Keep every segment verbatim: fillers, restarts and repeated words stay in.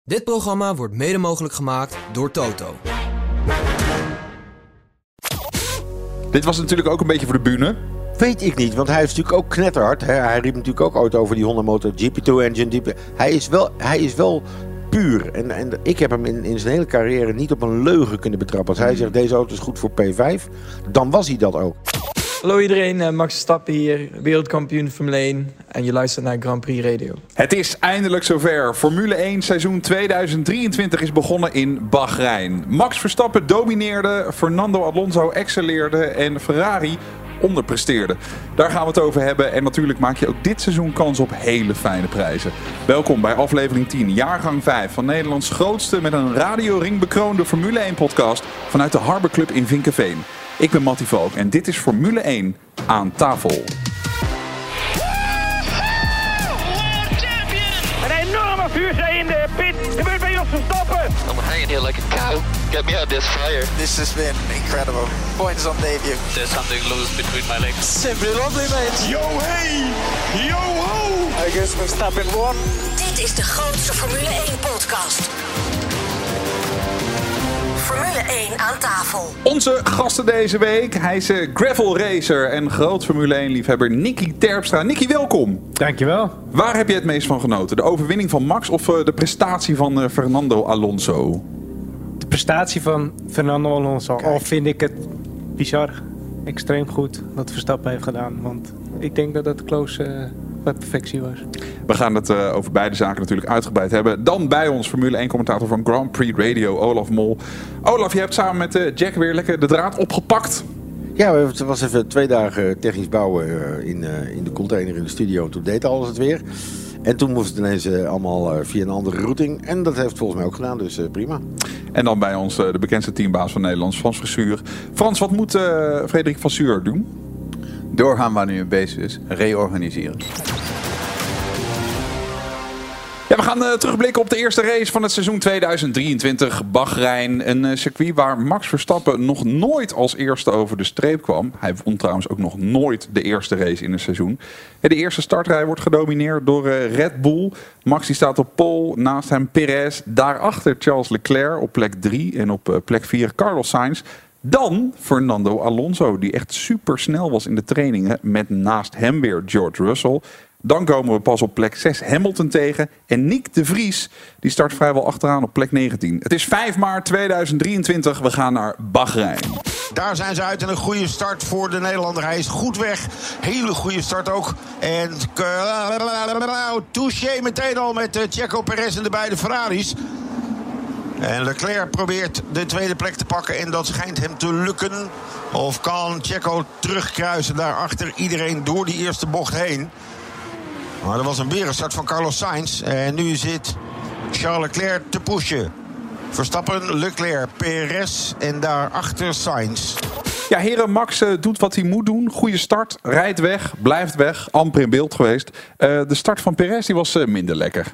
Dit programma wordt mede mogelijk gemaakt door Toto. Dit was natuurlijk ook een beetje voor de bühne. Weet ik niet, want hij is natuurlijk ook knetterhard. Hè? Hij riep natuurlijk ook ooit over die Honda Motor G P twee engine. Hij is wel, hij is wel puur. En, en ik heb hem in, in zijn hele carrière niet op een leugen kunnen betrappen. Als hij zegt, deze auto is goed voor P vijf, dan was hij dat ook. Hallo iedereen, Max Verstappen hier, wereldkampioen Formule één en je luistert naar Grand Prix Radio. Het is eindelijk zover. Formule één seizoen tweeduizend drieëntwintig is begonnen in Bahrein. Max Verstappen domineerde, Fernando Alonso excelleerde en Ferrari onderpresteerde. Daar gaan we het over hebben en natuurlijk maak je ook dit seizoen kans op hele fijne prijzen. Welkom bij aflevering tien, jaargang vijf van Nederlands grootste met een radioring bekroonde Formule één podcast vanuit de Harbor Club in Vinkeveen. Ik ben Mattie Valk en dit is Formule één aan tafel. Een enorme vuurzee in de pit. Gebeurt bij Jos Verstappen. I'm hanging here like a cow. Get me out of this fire. This has been incredible. Points on debut. There's something loose between my legs. Simply lovely, mate. Yo, hey. Yo, ho. I guess Verstappen won. Dit is de grootste Formule één podcast. Formule één aan tafel. Onze gasten deze week. Hij is uh, gravel racer en groot Formule één liefhebber Nicky Terpstra. Nicky, welkom. Dankjewel. Waar heb je het meest van genoten? De overwinning van Max of uh, de prestatie van uh, Fernando Alonso? De prestatie van Fernando Alonso. Al vind ik het bizar, extreem goed wat Verstappen heeft gedaan. Want ik denk dat het close uh, bij perfectie was. We gaan het uh, over beide zaken natuurlijk uitgebreid hebben. Dan bij ons Formule één commentator van Grand Prix Radio, Olaf Mol. Olaf, je hebt samen met uh, Jack weer lekker de draad opgepakt. Ja, het was even twee dagen technisch bouwen uh, in, uh, in de container in de studio. Toen deed alles het weer. En toen moest het ineens uh, allemaal uh, via een andere routing. En dat heeft het volgens mij ook gedaan, dus uh, prima. En dan bij ons uh, de bekendste teambaas van Nederland, Frans Vasseur. Frans, wat moet uh, Frederik Vasseur doen? Doorgaan waar nu mee bezig is. Reorganiseren. Ja, we gaan uh, terugblikken op de eerste race van het seizoen tweeduizend drieëntwintig. Bahrein, een uh, circuit waar Max Verstappen nog nooit als eerste over de streep kwam. Hij won trouwens ook nog nooit de eerste race in het seizoen. Ja, de eerste startrij wordt gedomineerd door uh, Red Bull. Max die staat op pole, naast hem Perez. Daarachter Charles Leclerc op plek drie en op uh, plek vier Carlos Sainz. Dan Fernando Alonso, die echt super snel was in de trainingen met naast hem weer George Russell. Dan komen we pas op plek zes Hamilton tegen. En Nick de Vries, die start vrijwel achteraan op plek negentien. Het is vijf maart tweeduizend drieëntwintig. We gaan naar Bahrein. Daar zijn ze uit en een goede start voor de Nederlander. Hij is goed weg. Hele goede start ook. En uh, touché meteen al met uh, Checo Perez en de beide Ferraris. En Leclerc probeert de tweede plek te pakken en dat schijnt hem te lukken. Of kan Checo terugkruisen daarachter iedereen door die eerste bocht heen. Maar er was een weerstart van Carlos Sainz. En nu zit Charles Leclerc te pushen. Verstappen, Leclerc, Perez en daarachter Sainz. Ja, heren, Max uh, doet wat hij moet doen. Goede start, rijdt weg, blijft weg. Amper in beeld geweest. Uh, de start van Perez die was uh, minder lekker.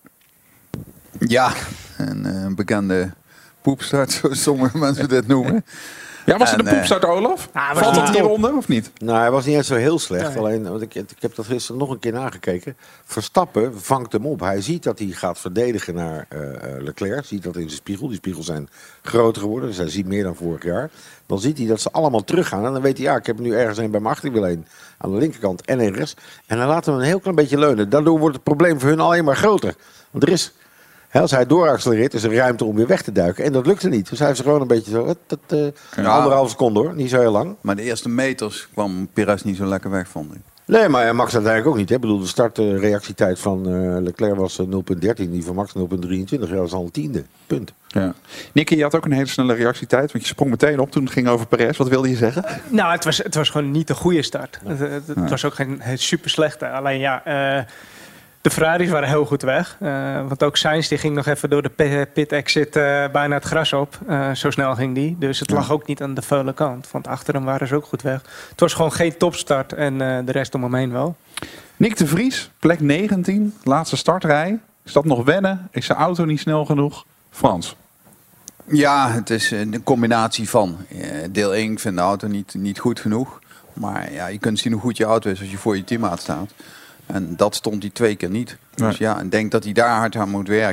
Ja, een uh, bekende poepstart, zoals sommige mensen dit noemen. Ja, was en, het de poepstart, Olaf? Nou, Valt het hieronder of niet? Nou, hij was niet eens zo heel slecht. Nee. Alleen, want ik, ik heb dat gisteren nog een keer nagekeken. Verstappen vangt hem op. Hij ziet dat hij gaat verdedigen naar uh, Leclerc. Ziet dat in zijn spiegel. Die spiegels zijn groter geworden. Dus hij ziet meer dan vorig jaar. Dan ziet hij dat ze allemaal teruggaan. En dan weet hij, ja, ik heb nu ergens een bij mijn achterwiel heen. Aan de linkerkant en een rechts. En dan laat hem een heel klein beetje leunen. Daardoor wordt het probleem voor hun alleen maar groter. Want er is... He, als hij dooraccelereert, is er ruimte om weer weg te duiken. En dat lukte niet. Dus hij heeft ze gewoon een beetje zo... Dat, uh, ja. Anderhalve seconde hoor, niet zo heel lang. Maar de eerste meters kwam Perez niet zo lekker weg, vond ik. Nee, maar Max uiteindelijk ook niet. Hè. Ik bedoel, de startreactietijd van uh, Leclerc was uh, nul komma dertien. Die van Max nul komma drieëntwintig. Ja, dat is al een tiende. Punt. Ja. Nicky, je had ook een hele snelle reactietijd. Want je sprong meteen op toen het ging over Perez. Wat wilde je zeggen? Nou, het was, het was gewoon niet een goede start. Het, het, het was ook geen super slechte. Alleen ja... Uh, De Ferraris waren heel goed weg. Uh, want ook Sainz die ging nog even door de pit exit uh, bijna het gras op. Uh, zo snel ging die. Dus het lag ook niet aan de vuile kant. Want achter hem waren ze ook goed weg. Het was gewoon geen topstart. En uh, de rest om hem heen wel. Nick de Vries, plek negentien. Laatste startrij. Is dat nog wennen? Is zijn auto niet snel genoeg? Frans? Ja, het is een combinatie van. Deel één, ik vind de auto niet, niet goed genoeg. Maar ja, je kunt zien hoe goed je auto is als je voor je teammaat staat. En dat stond hij twee keer niet. Dus ja, ik denk dat hij daar hard aan moet werken.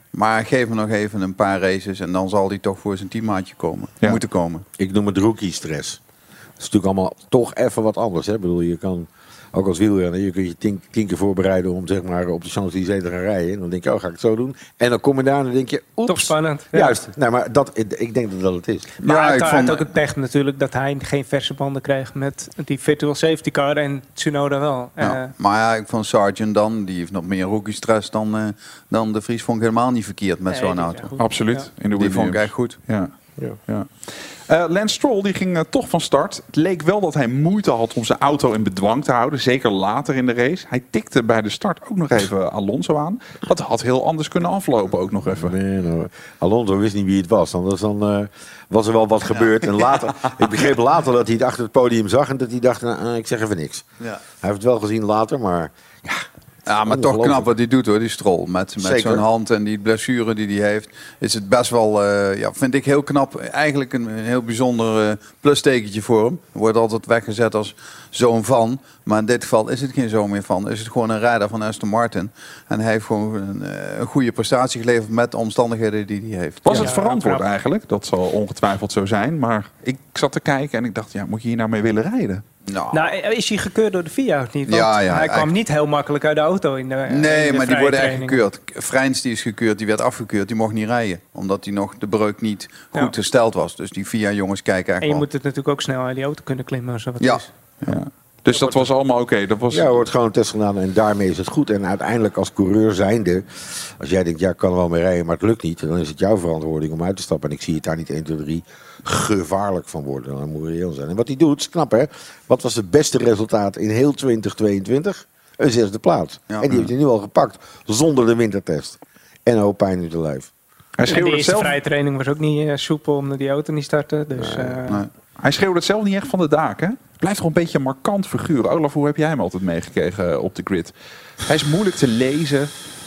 Maar geef hem nog even een paar races en dan zal hij toch voor zijn teammaatje komen. Ja. Moeten komen. Ik noem het rookie-stress. Dat is natuurlijk allemaal toch even wat anders. Hè? Ik bedoel, je kan ook als wielrenner, je kunt je tien, tien keer voorbereiden om zeg maar, op de Champs-Élysées te gaan rijden. En dan denk je, oh, ga ik het zo doen? En dan kom je daar en dan denk je, oeps. Toch spannend. Ja. Juist. Nee, maar dat, ik denk dat dat het is. Maar ja, hij ik had vond ook het pech natuurlijk dat hij geen verse banden kreeg met die virtual safety car en Tsunoda wel. Ja. Uh, maar ja, ik vond Sargent dan, die heeft nog meer rookie-stress dan, uh, dan de Vries. Vond ik helemaal niet verkeerd met nee, zo'n auto. Absoluut. Ja. In de die vond ik echt goed. Ja. Ja. Ja. Uh, Lance Stroll die ging uh, toch van start. Het leek wel dat hij moeite had om zijn auto in bedwang te houden. Zeker later in de race. Hij tikte bij de start ook nog even Alonso aan. Dat had heel anders kunnen aflopen ook nog even. Nee, nou, Alonso wist niet wie het was. Anders dan uh, was er wel wat gebeurd. En later, ik begreep later dat hij het achter het podium zag. En dat hij dacht, nou, ik zeg even niks. Ja. Hij heeft het wel gezien later, maar... Ja, Ja, maar toch knap wat hij doet hoor, die Stroll. Met, met zo'n hand en die blessure die hij heeft. Is het best wel, uh, ja, vind ik heel knap. Eigenlijk een, een heel bijzonder uh, plustekentje voor hem. Wordt altijd weggezet als zoon van. Maar in dit geval is het geen zoon meer van. Is het gewoon een rijder van Aston Martin. En hij heeft gewoon een, een goede prestatie geleverd met de omstandigheden die hij heeft. Was ja, het verantwoord eigenlijk? Dat zal ongetwijfeld zo zijn. Maar ik zat te kijken en ik dacht, ja, moet je hier nou mee willen rijden? Nou, nou, is hij gekeurd door de V I A of niet? Want ja, ja, hij kwam echt. niet heel makkelijk uit de auto in de Nee, in de maar die worden echt training. gekeurd. Freins die is gekeurd, die werd afgekeurd. Die mocht niet rijden. Omdat hij nog de breuk niet goed ja. hersteld was. Dus die V I A-jongens kijken echt En je wel. moet het natuurlijk ook snel uit die auto kunnen klimmen. Als er wat ja. is. Ja. Dus dat was allemaal oké. Okay. Dat was... Ja, er wordt gewoon een test gedaan en daarmee is het goed. En uiteindelijk als coureur zijnde, als jij denkt, ja, ik kan er wel mee rijden, maar het lukt niet. Dan is het jouw verantwoording om uit te stappen. En ik zie het daar niet één, twee, drie gevaarlijk van worden. Dan moet je reëel zijn. En wat hij doet, is knap hè. Wat was het beste resultaat in heel twintig tweeëntwintig? Een zesde plaats. Ja, en die ja. heeft hij nu al gepakt, zonder de wintertest. En een hoop pijn in de lijf. Hij en de eerste vrije training was ook niet uh, soepel omdat die auto niet startte. Dus, nee, uh, nee. Hij schreeuwde het zelf niet echt van de daken. Blijft toch een beetje een markant figuur. Olaf, hoe heb jij hem altijd meegekregen op de grid? Hij is moeilijk te lezen.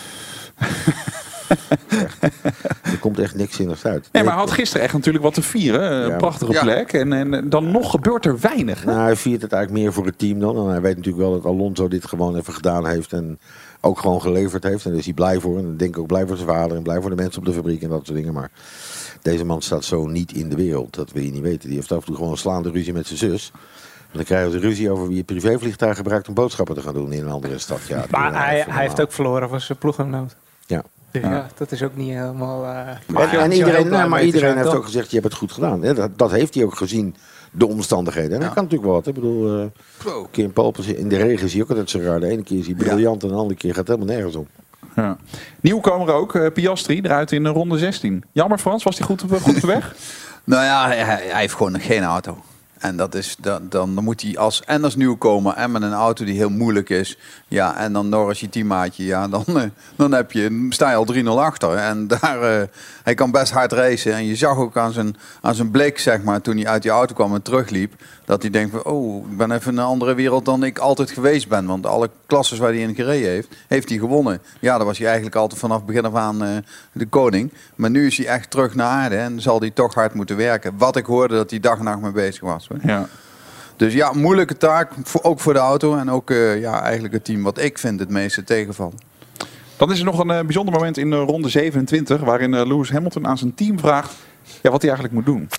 Er komt echt niks zinnigs uit. Nee, maar hij had gisteren echt natuurlijk wat te vieren. Een ja, prachtige ja. plek. En, en dan nog gebeurt er weinig. Nou, hij viert het eigenlijk meer voor het team dan. En hij weet natuurlijk wel dat Alonso dit gewoon even gedaan heeft. En ook gewoon geleverd heeft. En daar is hij blij voor. En dan denk ik ook blij voor zijn vader. En blij voor de mensen op de fabriek en dat soort dingen. Maar deze man staat zo niet in de wereld. Dat wil je niet weten. Die heeft af en toe gewoon een slaande ruzie met zijn zus. En dan krijgen ze ruzie over wie het privévliegtuig gebruikt om boodschappen te gaan doen in een andere stad. Ja, maar hij, hij heeft ook verloren van zijn ploeggenoot. Ja. Dus ja. ja, dat is ook niet helemaal... Uh, maar en, en iedereen, nou, maar iedereen heeft ook gezegd, je hebt het goed gedaan. Dat, dat heeft hij ook gezien, de omstandigheden. En ja. dat kan natuurlijk wel wat. Ik bedoel, uh, een keer in Polen, in de regen is hij ook altijd zo raar. De ene keer is hij briljant ja. en de andere keer gaat het helemaal nergens om. Ja. Nieuwkomer ook, uh, Piastri, eruit in ronde zestien. Jammer Frans, was hij goed, goed op de weg? Nou ja, hij, hij heeft gewoon nog geen auto. En dat is, dan, dan moet hij als, en als nieuwkomer en met een auto die heel moeilijk is. Ja, en dan Norris je teammaatje. Ja, dan, dan heb je, sta je al drie nul achter. En daar, uh, hij kan best hard racen. En je zag ook aan zijn, aan zijn blik, zeg maar, toen hij uit die auto kwam en terugliep. Dat hij denkt van, oh, ik ben even in een andere wereld dan ik altijd geweest ben. Want alle klasses waar hij in gereden heeft, heeft hij gewonnen. Ja, dan was hij eigenlijk altijd vanaf begin af aan uh, de koning. Maar nu is hij echt terug naar aarde en zal hij toch hard moeten werken. Wat ik hoorde dat hij dag en nacht mee bezig was. Ja. Dus ja, moeilijke taak, voor, ook voor de auto en ook uh, ja, eigenlijk het team wat ik vind het meeste tegenvallen. Dan is er nog een uh, bijzonder moment in uh, ronde zevenentwintig... waarin uh, Lewis Hamilton aan zijn team vraagt ja, wat hij eigenlijk moet doen.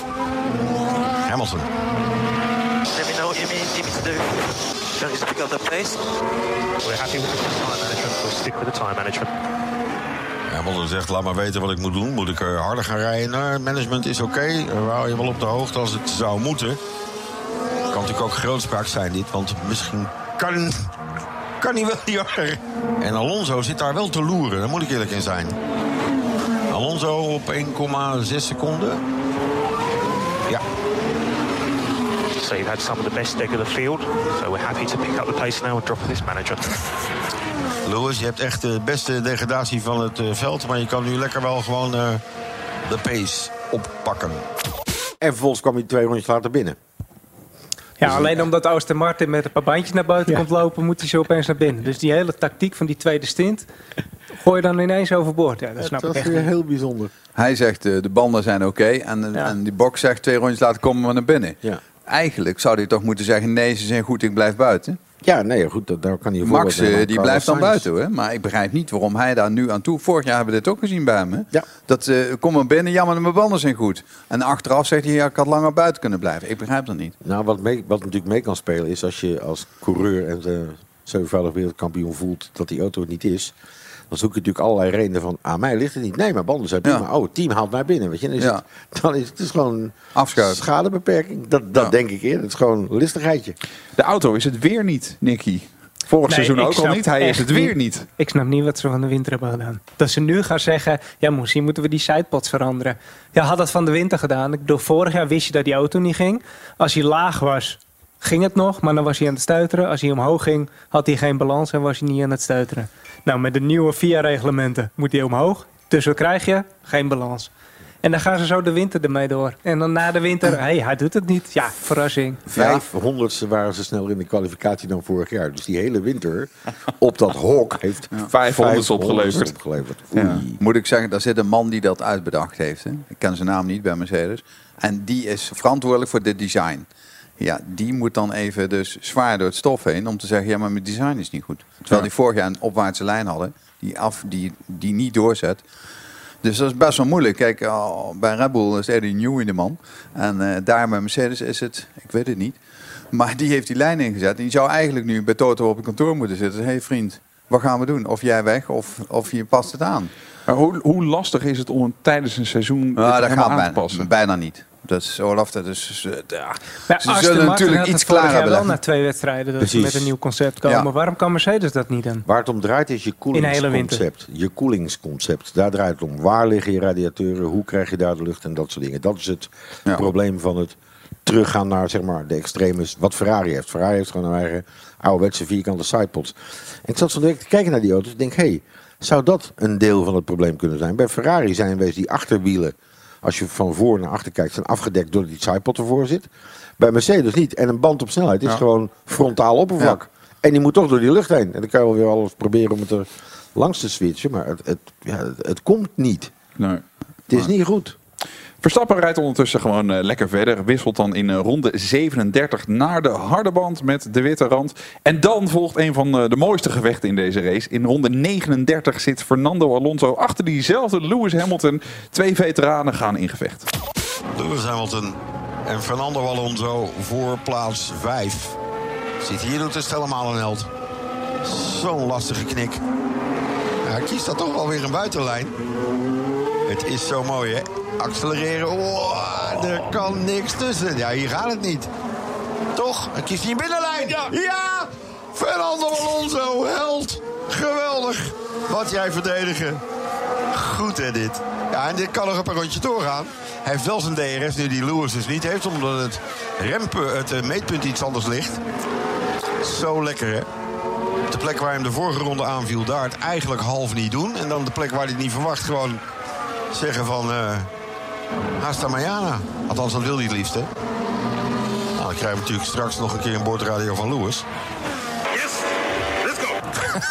Hamilton. Let me know what you need me to do. Don't just pick up the pace. We're happy with the time management. We'll stick with the time management. Hamilton zegt, laat maar weten wat ik moet doen. Moet ik uh, harder gaan rijden? Nou, management is oké. Okay. We houden je wel op de hoogte als het zou moeten. Kan natuurlijk ook grootspraak zijn dit. Want misschien kan, kan hij wel harder. En Alonso zit daar wel te loeren. Daar moet ik eerlijk in zijn. Alonso op één komma zes seconden. Ja. So you've had some of the best leg of the field. So we're happy to pick up the pace now and drop this manager. Lewis, je hebt echt de beste degradatie van het uh, veld. Maar je kan nu lekker wel gewoon uh, de pace oppakken. En vervolgens kwam hij twee rondjes later binnen. Ja, dus alleen omdat Aston Martin met een paar bandjes naar buiten ja. komt lopen, moet hij zo opeens naar binnen. Dus die hele tactiek van die tweede stint gooi je dan ineens overboord. Ja, dat snap dat ik echt is weer niet. heel bijzonder. Hij zegt uh, de banden zijn oké okay, en, ja. en die box zegt twee rondjes laten komen we naar binnen. Ja. Eigenlijk zou hij toch moeten zeggen nee, ze zijn goed, ik blijf buiten. Ja, nee, goed, daar kan hij Max, uh, die Carlos blijft dan Sainz. buiten, hè? Maar ik begrijp niet waarom hij daar nu aan toe... Vorig jaar hebben we dit ook gezien bij hem, hè? Ja. Dat, uh, kom maar binnen, jammer, mijn banden zijn goed. En achteraf zegt hij, ja, ik had langer buiten kunnen blijven. Ik begrijp dat niet. Nou, wat, mee, wat natuurlijk mee kan spelen is als je als coureur en de zevenvoudig wereldkampioen voelt dat die auto het niet is... Dan zoek je natuurlijk allerlei redenen van, aan mij ligt het niet. Nee, mijn banden zijn prima. Ja. Oh, het team haalt mij binnen. Weet je? Dan is, ja. het, dan is het, het is gewoon Afschuiven. Schadebeperking. Dat, dat ja. denk ik eerder. Het is gewoon listigheidje. De auto is het weer niet, Nicky. Vorig nee, seizoen ook al niet. Hij is het weer niet. niet. Ik snap niet wat ze van de winter hebben gedaan. Dat ze nu gaan zeggen, ja, misschien moeten we die sidepods veranderen. Ja, had dat van de winter gedaan. Ik bedoel, vorig jaar wist je dat die auto niet ging. Als hij laag was, ging het nog, maar dan was hij aan het stuiteren. Als hij omhoog ging, had hij geen balans en was hij niet aan het stuiteren. Nou, met de nieuwe V I A-reglementen moet hij omhoog. Dus wat krijg je? Geen balans. En dan gaan ze zo de winter ermee door. En dan na de winter, hé, hey, hij doet het niet. Ja, verrassing. Vijfhonderdste waren ze sneller in de kwalificatie dan vorig jaar. Dus die hele winter op dat hok heeft ja. vijfhonderd opgeleverd. opgeleverd. Ja. Moet ik zeggen, daar zit een man die dat uitbedacht heeft. Hè? Ik ken zijn naam niet bij Mercedes. En die is verantwoordelijk voor dit design. Ja, die moet dan even dus zwaar door het stof heen om te zeggen, ja, maar mijn design is niet goed. Terwijl ja. die vorig jaar een opwaartse lijn hadden, die, af, die, die niet doorzet. Dus dat is best wel moeilijk. Kijk, oh, bij Red Bull is Eddie Newey de man. En uh, daar bij Mercedes is het, ik weet het niet. Maar die heeft die lijn ingezet. En die zou eigenlijk nu bij Toto op het kantoor moeten zitten. Hé hey vriend, wat gaan we doen? Of jij weg of, of je past het aan. Maar hoe, hoe lastig is het om tijdens een seizoen nou, dat gaat aan te passen? Bijna niet. Dat is Olaf, dat is... Uh, ja. Ja, ze zullen natuurlijk iets klaar hebben. Wel na twee wedstrijden dat ze met een nieuw concept komen. Ja. Waarom kan Mercedes dat niet dan? Waar het om draait is je koelingsconcept. Je koelingsconcept. Daar draait het om. Waar liggen je radiatoren? Hoe krijg je daar de lucht en dat soort dingen. Dat is het ja. probleem van het teruggaan naar zeg maar, de extremes. Wat Ferrari heeft. Ferrari heeft gewoon een eigen ouderwetse vierkante sidepods. En ik zat zo direct te kijken naar die auto's. Ik denk, hé, hey, zou dat een deel van het probleem kunnen zijn? Bij Ferrari zijn wees die achterwielen, als je van voor naar achter kijkt, zijn afgedekt doordat die sidepod ervoor zit. Bij Mercedes niet. En een band op snelheid is ja. gewoon frontaal oppervlak. Ja. En die moet toch door die lucht heen. En dan kan je wel weer alles proberen om het er langs te switchen. Maar het, het, ja, het, het komt niet. Nee. Het is niet goed. Verstappen rijdt ondertussen gewoon uh, lekker verder. Wisselt dan in uh, ronde zevenendertig naar de harde band met de witte rand. En dan volgt een van uh, de mooiste gevechten in deze race. In ronde negenendertig zit Fernando Alonso achter diezelfde Lewis Hamilton. Twee veteranen gaan in gevecht. Lewis Hamilton en Fernando Alonso voor plaats vijf. Zit hier doet het helemaal een held. Zo'n lastige knik. Ja, kiest dat toch wel weer een buitenlijn. Het is zo mooi, hè? Accelereren. Oh, er kan niks tussen. Ja, hier gaat het niet. Toch? Dan kiest hij een binnenlijn. Ja! ja! Fernando Alonso, held. Geweldig. Wat jij verdedigen. Goed, hè, dit. Ja, en dit kan nog op een rondje doorgaan. Hij heeft wel zijn D R S nu die Lewis dus niet heeft, omdat het rempen, het meetpunt iets anders ligt. Zo lekker, hè? De plek waar hij hem de vorige ronde aanviel, daar het eigenlijk half niet doen. En dan de plek waar hij het niet verwacht, gewoon zeggen van Uh, hasta mañana. Althans, dat wil hij het liefst, hè? Nou, dan krijgen we natuurlijk straks nog een keer een boordradio van Lewis. Yes, let's go.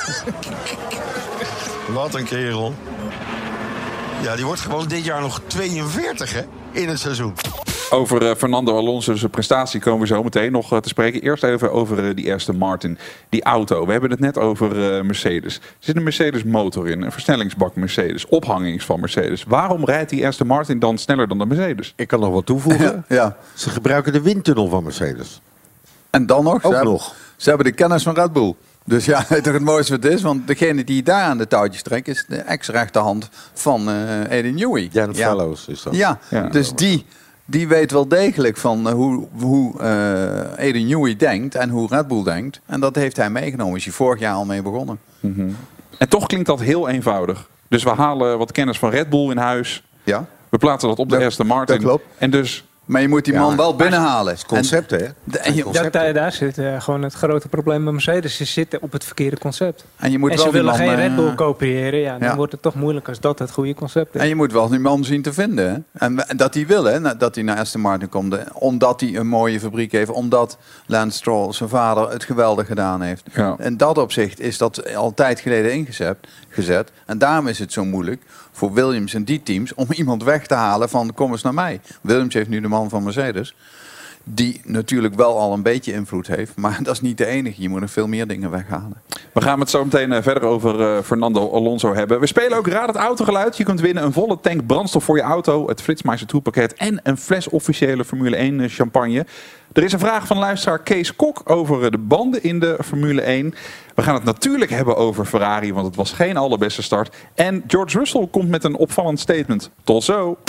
Wat een kerel. Ja, die wordt gewoon dit jaar nog tweeënveertig, hè? In het seizoen. Over uh, Fernando Alonso's prestatie komen we zo meteen nog uh, te spreken. Eerst even over uh, die Aston Martin, die auto. We hebben het net over uh, Mercedes. Er zit een Mercedes motor in, een versnellingsbak Mercedes, ophangings van Mercedes. Waarom rijdt die Aston Martin dan sneller dan de Mercedes? Ik kan nog wat toevoegen. Ja, ja. Ze gebruiken de windtunnel van Mercedes. En dan nog? Ook ze nog. Hebben, ze hebben de kennis van Red Bull. Dus ja, weet toch het mooiste wat het is? Want degene die daar aan de touwtjes trekt is de ex-rechterhand van uh, Eddie Newey. Jan ja. Fellows is dat. Ja, ja. Dus die, die weet wel degelijk van uh, hoe, hoe uh, Eddie Newey denkt en hoe Red Bull denkt. En dat heeft hij meegenomen. Is hij vorig jaar al mee begonnen. Mm-hmm. En toch klinkt dat heel eenvoudig. Dus we halen wat kennis van Red Bull in huis. Ja. We plaatsen dat op de dat, Aston Martin. Dat klopt. En dus... Maar je moet die man ja, wel binnenhalen. Het concept, hè? Ja, daar, daar zit uh, gewoon het grote probleem met Mercedes. Ze zitten op het verkeerde concept. En, je moet en wel ze willen man, geen Red Bull uh, kopiëren. Ja, dan ja. wordt het toch moeilijk als dat het goede concept is. En je moet wel die man zien te vinden. Hè? En, en dat hij wil, hè? Dat hij naar Aston Martin komt. Hè? Omdat hij een mooie fabriek heeft. Omdat Lance Stroll, zijn vader, het geweldig gedaan heeft. Ja. In dat opzicht is dat al tijd geleden ingezet. Gezet. En daarom is het zo moeilijk voor Williams en die teams om iemand weg te halen van kom eens naar mij. Williams heeft nu de man van Mercedes. Die natuurlijk wel al een beetje invloed heeft. Maar dat is niet de enige. Je moet nog veel meer dingen weghalen. We gaan het zo meteen uh, verder over uh, Fernando Alonso hebben. We spelen ook Raad het Autogeluid. Je kunt winnen een volle tank brandstof voor je auto. Het Flitsmeister Tour pakket. En een fles officiële Formule één champagne. Er is een vraag van luisteraar Kees Kok over de banden in de Formule één. We gaan het natuurlijk hebben over Ferrari. Want het was geen allerbeste start. En George Russell komt met een opvallend statement. Tot zo.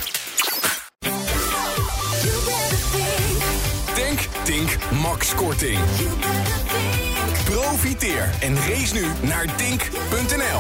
Tink Max Korting. Profiteer en race nu naar tink punt n l.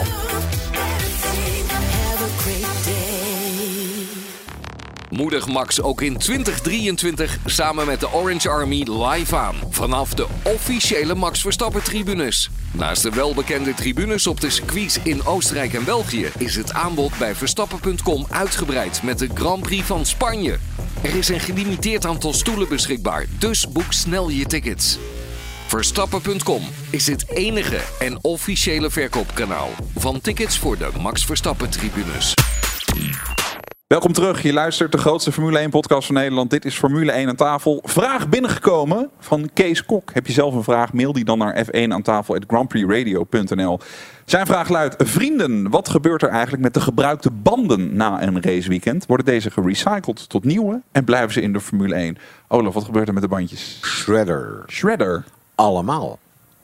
Moedig Max ook in twintig drieëntwintig samen met de Orange Army live aan. Vanaf de officiële Max Verstappen tribunes. Naast de welbekende tribunes op de circuits in Oostenrijk en België is het aanbod bij Verstappen punt com uitgebreid met de Grand Prix van Spanje. Er is een gelimiteerd aantal stoelen beschikbaar, dus boek snel je tickets. Verstappen punt com is het enige en officiële verkoopkanaal van tickets voor de Max Verstappen tribunes. Welkom terug. Je luistert de grootste Formule één podcast van Nederland. Dit is Formule één aan tafel. Vraag binnengekomen van Kees Kok. Heb je zelf een vraag? Mail die dan naar f één aan tafel at grandprixradio punt n l. Zijn vraag luidt: vrienden, wat gebeurt er eigenlijk met de gebruikte banden na een raceweekend? Worden deze gerecycled tot nieuwe en blijven ze in de Formule één? Olaf, wat gebeurt er met de bandjes? Shredder. Shredder? Allemaal.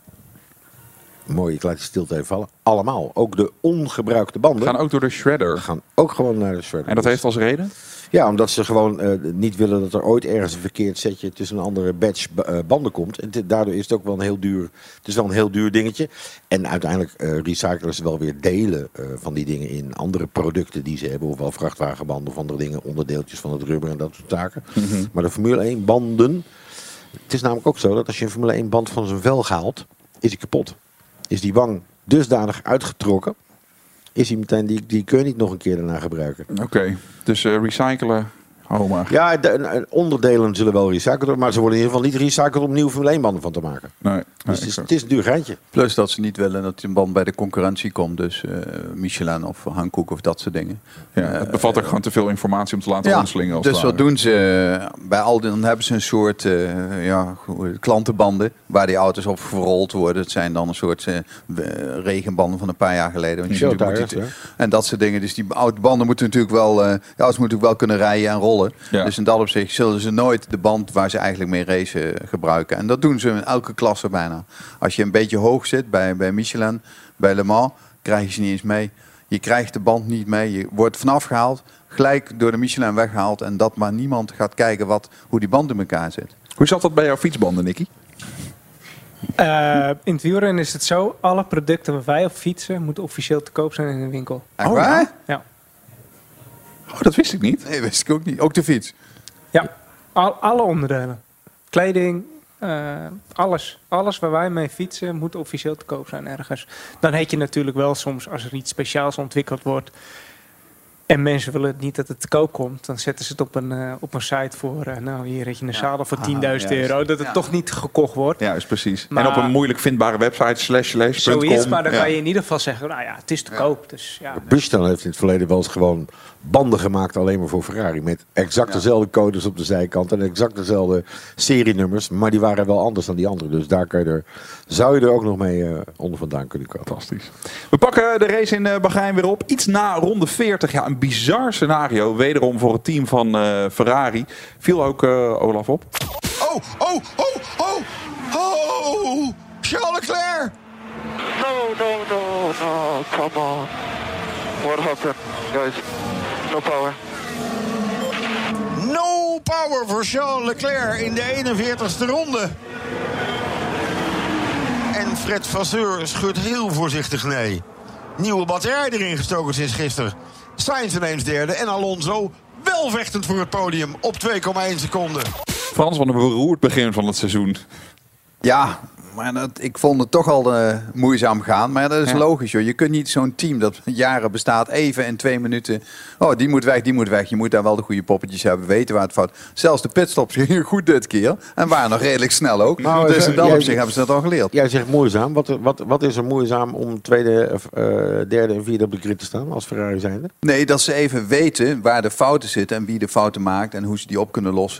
Mooi, ik laat je stilte even vallen. Allemaal. Ook de ongebruikte banden. Gaan ook door de shredder. Gaan ook gewoon naar de shredder. En dat heeft als reden? Ja, omdat ze gewoon uh, niet willen dat er ooit ergens een verkeerd setje tussen een andere batch uh, banden komt. En t- daardoor is het ook wel een heel duur. Het is wel een heel duur dingetje. En uiteindelijk uh, recyclen ze wel weer delen uh, van die dingen in andere producten die ze hebben. Ofwel vrachtwagenbanden of andere dingen, onderdeeltjes van het rubber en dat soort zaken. Mm-hmm. Maar de Formule één banden. Het is namelijk ook zo dat als je een Formule één band van zijn velg haalt, is hij kapot. Is die wang dusdanig uitgetrokken, is hij meteen, die, die kun je niet nog een keer daarna gebruiken. Oké, okay. dus uh, recyclen, hou maar. Ja, de, onderdelen zullen wel recycled worden, maar ze worden in ieder geval niet recycled om nieuwe Formule één banden van te maken. Nee, nee, dus het is, het is een duur geintje. Plus dat ze niet willen dat een band bij de concurrentie komt, dus uh, Michelin of Hankook of dat soort dingen. Ja, uh, het bevat ook uh, gewoon te veel informatie om te laten rondslingen. Ja, dus wat doen ze? Bij al die, dan hebben ze een soort uh, ja, klantenbanden waar die auto's op verrold worden. Het zijn dan een soort uh, regenbanden van een paar jaar geleden. Want je tires, die, en dat soort dingen. Dus die oude banden moeten natuurlijk wel, uh, ja, ze moeten natuurlijk wel kunnen rijden en rollen. Ja. Dus in dat opzicht zullen ze nooit de band waar ze eigenlijk mee racen gebruiken. En dat doen ze in elke klasse bijna. Als je een beetje hoog zit bij, bij Michelin, bij Le Mans, krijg je ze niet eens mee. Je krijgt de band niet mee. Je wordt vanaf gehaald, gelijk door de Michelin weggehaald. En dat maar niemand gaat kijken wat, hoe die band in elkaar zit. Hoe zat dat bij jouw fietsbanden, Nicky? Uh, in het wielrennen is het zo. Alle producten waar wij op fietsen moeten officieel te koop zijn in de winkel. Oh, ja? Ja. Oh, dat wist ik niet. Nee, wist ik ook niet. Ook de fiets? Ja, al, alle onderdelen. Kleding, uh, alles. Alles waar wij mee fietsen moet officieel te koop zijn ergens. Dan heet je natuurlijk wel soms, als er iets speciaals ontwikkeld wordt en mensen willen niet dat het te koop komt, dan zetten ze het op een, uh, op een site voor, uh, nou hier heb je een zadel voor tienduizend euro, dat het ja. toch niet gekocht wordt. Ja, is precies. Maar, en op een moeilijk vindbare website, slash slash. Zoiets, maar dan ja. kan je in ieder geval zeggen, nou ja, het is te ja. koop. Dus, ja, Bridgestone heeft in het verleden wel eens gewoon banden gemaakt alleen maar voor Ferrari. Met exact ja. dezelfde codes op de zijkant en exact dezelfde serienummers. Maar die waren wel anders dan die andere. Dus daar kan je er, zou je er ook nog mee uh, onder vandaan kunnen komen. Fantastisch. We pakken de race in uh, Bahrein weer op. Iets na ronde veertig. Ja, een bizar scenario. Wederom voor het team van uh, Ferrari. Viel ook uh, Olaf op. Oh, oh, oh, oh, oh! Charles Leclerc! No, no, no, no, come on. What happened, guys? No power. No power voor Charles Leclerc in de eenenveertigste ronde. En Fred Vasseur schudt heel voorzichtig nee. Nieuwe batterij erin gestoken sinds gisteren. Sainz ineens derde en Alonso wel vechtend voor het podium op twee komma één seconden. Frans, van een beroerd begin van het seizoen. Ja, maar dat, ik vond het toch al uh, moeizaam gaan. Maar dat is ja. logisch, joh. Je kunt niet zo'n team dat jaren bestaat even in twee minuten. Oh, die moet weg, die moet weg. Je moet daar wel de goede poppetjes hebben, weten waar het fout. Zelfs de pitstops gingen goed dit keer. En waren nog redelijk snel ook. Nou, dus in dat opzicht hebben ze dat al geleerd. Jij zegt moeizaam. Wat, wat, wat is er moeizaam om tweede, uh, derde en vierde op de grid te staan als Ferrari zijnde? Nee, dat ze even weten waar de fouten zitten en wie de fouten maakt en hoe ze die op kunnen lossen.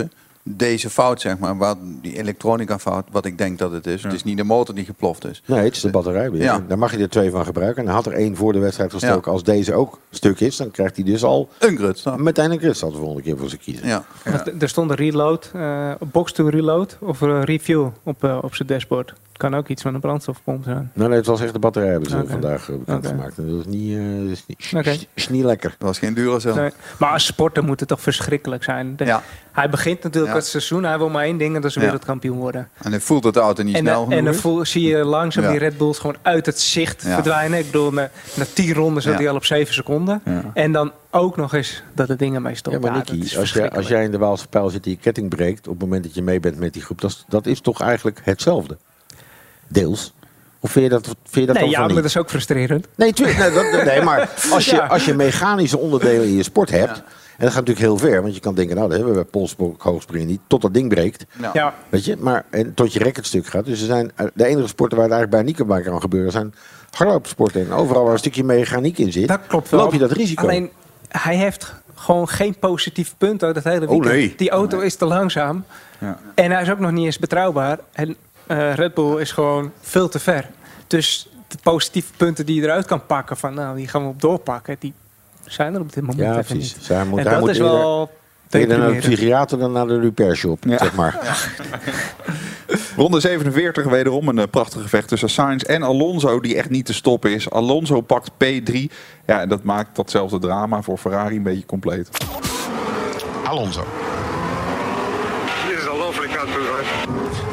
deze fout, zeg maar, wat, die elektronica fout, wat ik denk dat het is. Ja. Het is niet de motor die geploft is. Nee, het is de batterij weer. Ja. Daar mag je er twee van gebruiken. En dan had er één voor de wedstrijd gestoken. Ja. Als deze ook stuk is, dan krijgt hij dus al een gridstop. Meteen een gridstop de volgende keer voor zijn kiezen. Ja. Ja. Er stond een reload, uh, box to reload of uh, refuel op, uh, op zijn dashboard. Kan ook iets van een brandstofpomp zijn. Nee, nee, het was echt de batterij hebben ze okay. vandaag uh, bekend okay. gemaakt. Dat is niet, uh, dat is niet, okay. is niet lekker. Dat was geen Duracell. Nee. Maar als sporter moet het toch verschrikkelijk zijn. De, ja. Hij begint natuurlijk ja. het seizoen. Hij wil maar één ding en dat is wereldkampioen worden. En hij voelt dat de auto niet en snel de, En dan voel, zie je langzaam ja. die Red Bulls gewoon uit het zicht ja. verdwijnen. Ik bedoel, na, na tien ronden zat ja. hij al op zeven seconden. Ja. En dan ook nog eens dat de dingen mee stoppen. Ja, maar Nicky, ja, als, jij, als jij in de Waalse Pijl zit en je ketting breekt op het moment dat je mee bent met die groep, dat is, dat is toch eigenlijk hetzelfde? Deels. Of vind je dat, vind je dat nee, dan ja, van maar niet? dat is ook frustrerend. Nee, tuurlijk, nee, dat, nee maar als je, ja. als je mechanische onderdelen in je sport hebt, ja. en dat gaat natuurlijk heel ver, want je kan denken, nou, dat hebben we bij polsprong hoogspringen niet, tot dat ding breekt. Ja. Ja. Weet je, maar en tot je rek het stuk gaat. Dus er zijn de enige sporten waar het eigenlijk bij niet kan gebeuren, zijn hardloopsporten. En overal waar een stukje mechaniek in zit, dat klopt wel. loop je dat risico. Alleen, hij heeft gewoon geen positief punt uit het hele weekend. Oh, nee. Die auto nee. is te langzaam. Ja. En hij is ook nog niet eens betrouwbaar. En uh, Red Bull is gewoon veel te ver. Dus de positieve punten die je eruit kan pakken, van nou, die gaan we op doorpakken, die zijn er op dit moment ja, even precies. niet. Zij moet, en hij dat moet is wel eerder naar de psychiater dan naar de repair shop, ja. zeg maar. Ja. Ronde zevenenveertig, wederom een uh, prachtig gevecht tussen Sainz en Alonso, die echt niet te stoppen is. Alonso pakt P drie. Ja, en dat maakt datzelfde drama voor Ferrari een beetje compleet. Alonso. Dit is een lovely country, right?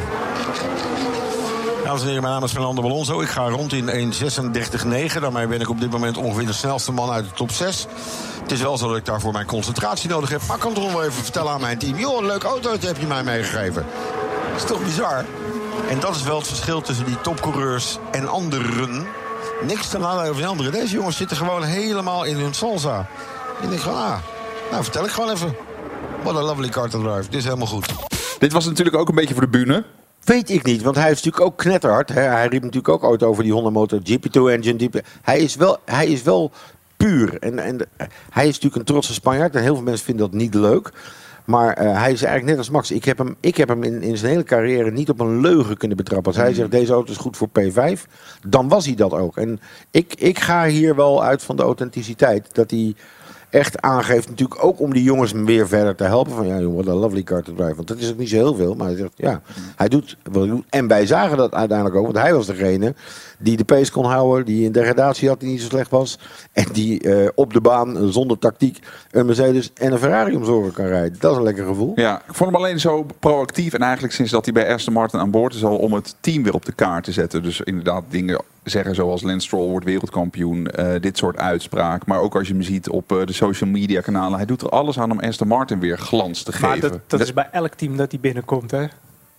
Dames en heren, mijn naam is Fernando Alonso. Ik ga rond in één zesendertig negen. Daarmee ben ik op dit moment ongeveer de snelste man uit de top zes. Het is wel zo dat ik daarvoor mijn concentratie nodig heb. Maar ik kan het wel even vertellen aan mijn team. Joh, een leuk autootje heb je mij meegegeven. Dat is toch bizar? En dat is wel het verschil tussen die topcoureurs en anderen. Niks te nadelen over de anderen. Deze jongens zitten gewoon helemaal in hun salsa. En ik gewoon, ah, nou vertel ik gewoon even. What a lovely car to drive. Dit is helemaal goed. Dit was natuurlijk ook een beetje voor de bühne. Weet ik niet, want hij is natuurlijk ook knetterhard. Hè? Hij riep natuurlijk ook ooit over die Honda motor G P twee engine. Hij is wel, hij is wel puur. En, en de, hij is natuurlijk een trotse Spanjaard. En heel veel mensen vinden dat niet leuk. Maar uh, hij is eigenlijk net als Max. Ik heb hem, ik heb hem in, in zijn hele carrière niet op een leugen kunnen betrappen. Als hij zegt, deze auto is goed voor P vijf, dan was hij dat ook. En ik, ik ga hier wel uit van de authenticiteit. Dat hij echt aangeeft, natuurlijk ook om die jongens weer verder te helpen. Van ja, what a lovely car to drive. Want dat is ook niet zo heel veel. Maar hij zegt, ja, hij doet wat hij doet. En wij zagen dat uiteindelijk ook. Want hij was degene die de pace kon houden. Die een degradatie had die niet zo slecht was. En die uh, op de baan zonder tactiek een Mercedes en een Ferrari om zorgen kan rijden. Dat is een lekker gevoel. Ja, ik vond hem alleen zo proactief. En eigenlijk sinds dat hij bij Aston Martin aan boord is al om het team weer op de kaart te zetten. Dus inderdaad dingen zeggen zoals Lance Stroll wordt wereldkampioen. Uh, dit soort uitspraak. Maar ook als je hem ziet op uh, de social media kanalen. Hij doet er alles aan om Aston Martin weer glans te maar geven. Dat, dat is bij elk team dat hij binnenkomt, hè?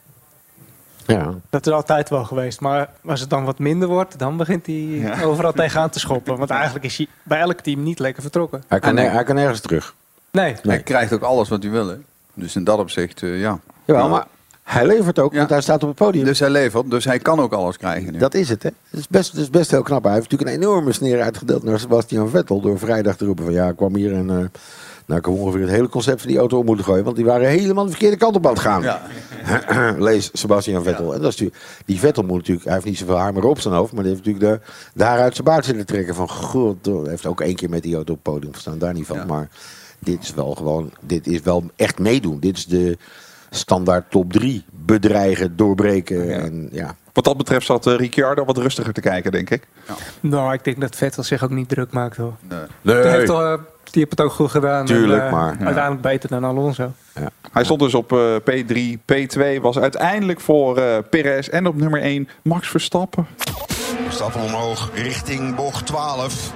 Ja. Dat is altijd wel geweest. Maar als het dan wat minder wordt, dan begint hij ja. overal tegenaan te schoppen. Want eigenlijk is hij bij elk team niet lekker vertrokken. Hij kan, hij kan nergens terug. Nee. Hij nee. krijgt ook alles wat hij wil, hè? Dus in dat opzicht, uh, ja. Jawel, ja. maar hij levert ook, ja. want hij staat op het podium. Dus hij levert, dus hij kan ook alles krijgen. Nu. Dat is het, hè. Dat is best, dat is best heel knap. Hij heeft natuurlijk een enorme sneer uitgedeeld naar Sebastian Vettel. Door vrijdag te roepen van ja, ik kwam hier en... Uh, nou, ik heb ongeveer het hele concept van die auto om moeten gooien. Want die waren helemaal de verkeerde kant op aan het gaan. Ja. Lees Sebastian Vettel. Ja. En dat is natuurlijk, die Vettel moet natuurlijk... Hij heeft niet zoveel haar meer op zijn hoofd. Maar die heeft natuurlijk de, de haar uit zijn baard zitten trekken. Van god, hij heeft ook één keer met die auto op het podium gestaan. Daar niet van. Ja. Maar dit is wel gewoon... Dit is wel echt meedoen. Dit is de standaard top drie. Bedreigen, doorbreken. Ja. En, ja. Wat dat betreft zat uh, Ricciardo wat rustiger te kijken, denk ik. Ja. Nou, ik denk dat Vettel zich ook niet druk maakt, hoor. Nee. nee. Die heeft, uh, die heeft het ook goed gedaan. Tuurlijk, en, uh, maar... uiteindelijk ja. beter dan Alonso. Ja. Hij stond dus op uh, P drie. P twee was uiteindelijk voor uh, Perez. En op nummer één Max Verstappen. Verstappen omhoog richting bocht twaalf.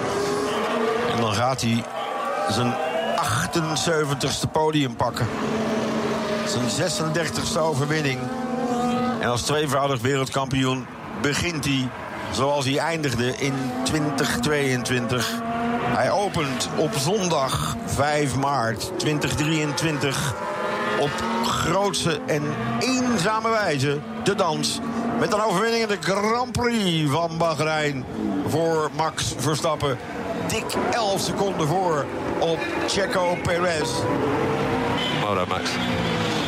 En dan gaat hij zijn achtenzeventigste podium pakken. Zijn zesendertigste overwinning. En als tweevoudig wereldkampioen begint hij zoals hij eindigde in twintig tweeëntwintig. Hij opent op zondag vijf maart tweeduizend drieëntwintig op grootse en eenzame wijze de dans met een overwinning in de Grand Prix van Bahrein voor Max Verstappen. Dik elf seconden voor op Checo Perez. Well done, Max.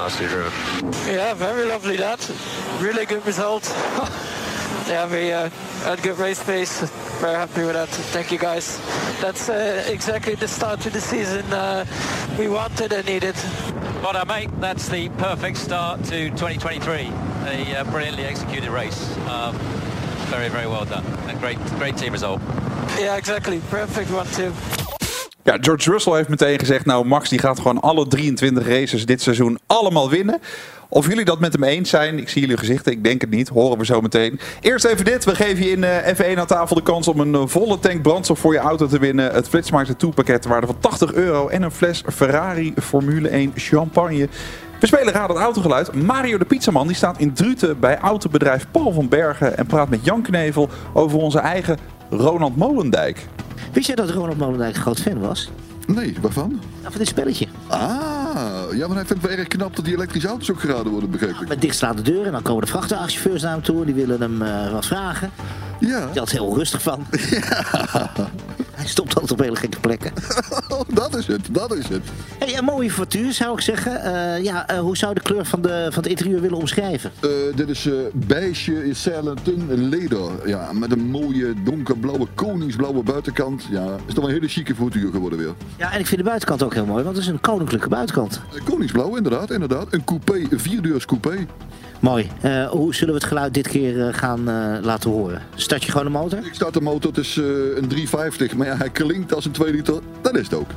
nicely driven. Yeah, very lovely that. Really good result. Yeah, we uh, had good race pace. Very happy with that. Thank you guys. That's uh, exactly the start to the season uh, we wanted and needed. Well done, mate. That's the perfect start to twenty twenty-three. A uh, brilliantly executed race. Um, very, very well done. And great, great team result. Yeah, exactly. Perfect one too. Ja, George Russell heeft meteen gezegd, nou Max die gaat gewoon alle drieëntwintig races dit seizoen allemaal winnen. Of jullie dat met hem eens zijn, ik zie jullie gezichten, ik denk het niet, horen we zo meteen. Eerst even dit, we geven je in uh, F één aan tafel de kans om een uh, volle tank brandstof voor je auto te winnen. Het Flitsmeister twee pakket ter waarde van tachtig euro en een fles Ferrari Formule één champagne. We spelen Raad het Autogeluid. Mario de Pizzaman die staat in Druten bij autobedrijf Paul van Bergen en praat met Jan Knevel over onze eigen Ronald Molendijk. Wist jij dat Ronald Molendijk een groot fan was? Nee, waarvan? Nou, van dit spelletje. Ah, ja, maar hij vindt het wel erg knap dat die elektrische auto's ook geraden worden, begreep ik. Met dichtslaande deuren en dan komen de vrachtwagenchauffeurs naar hem toe. Die willen hem uh, wat vragen. Ja. Hij had heel rustig van. Ja. Hij stopt altijd op hele gekke plekken. Dat is het, dat is het. Hey, een mooie voituur zou ik zeggen. Uh, ja, uh, hoe zou je de kleur van, de, van het interieur willen omschrijven? Uh, dit is uh, beige Salenton leder. Ja, met een mooie donkerblauwe koningsblauwe buitenkant. Ja, is toch een hele chique voituur geworden weer. Ja, en ik vind de buitenkant ook heel mooi, want het is een koninklijke buitenkant. Uh, koningsblauw, inderdaad, inderdaad. Een coupé, een vierdeurs coupé. Mooi. Uh, hoe zullen we het geluid dit keer uh, gaan uh, laten horen? Start je gewoon de motor? Ik start de motor, het is uh, een driehonderdvijftig, maar ja, hij klinkt als een twee liter. Dat is het ook.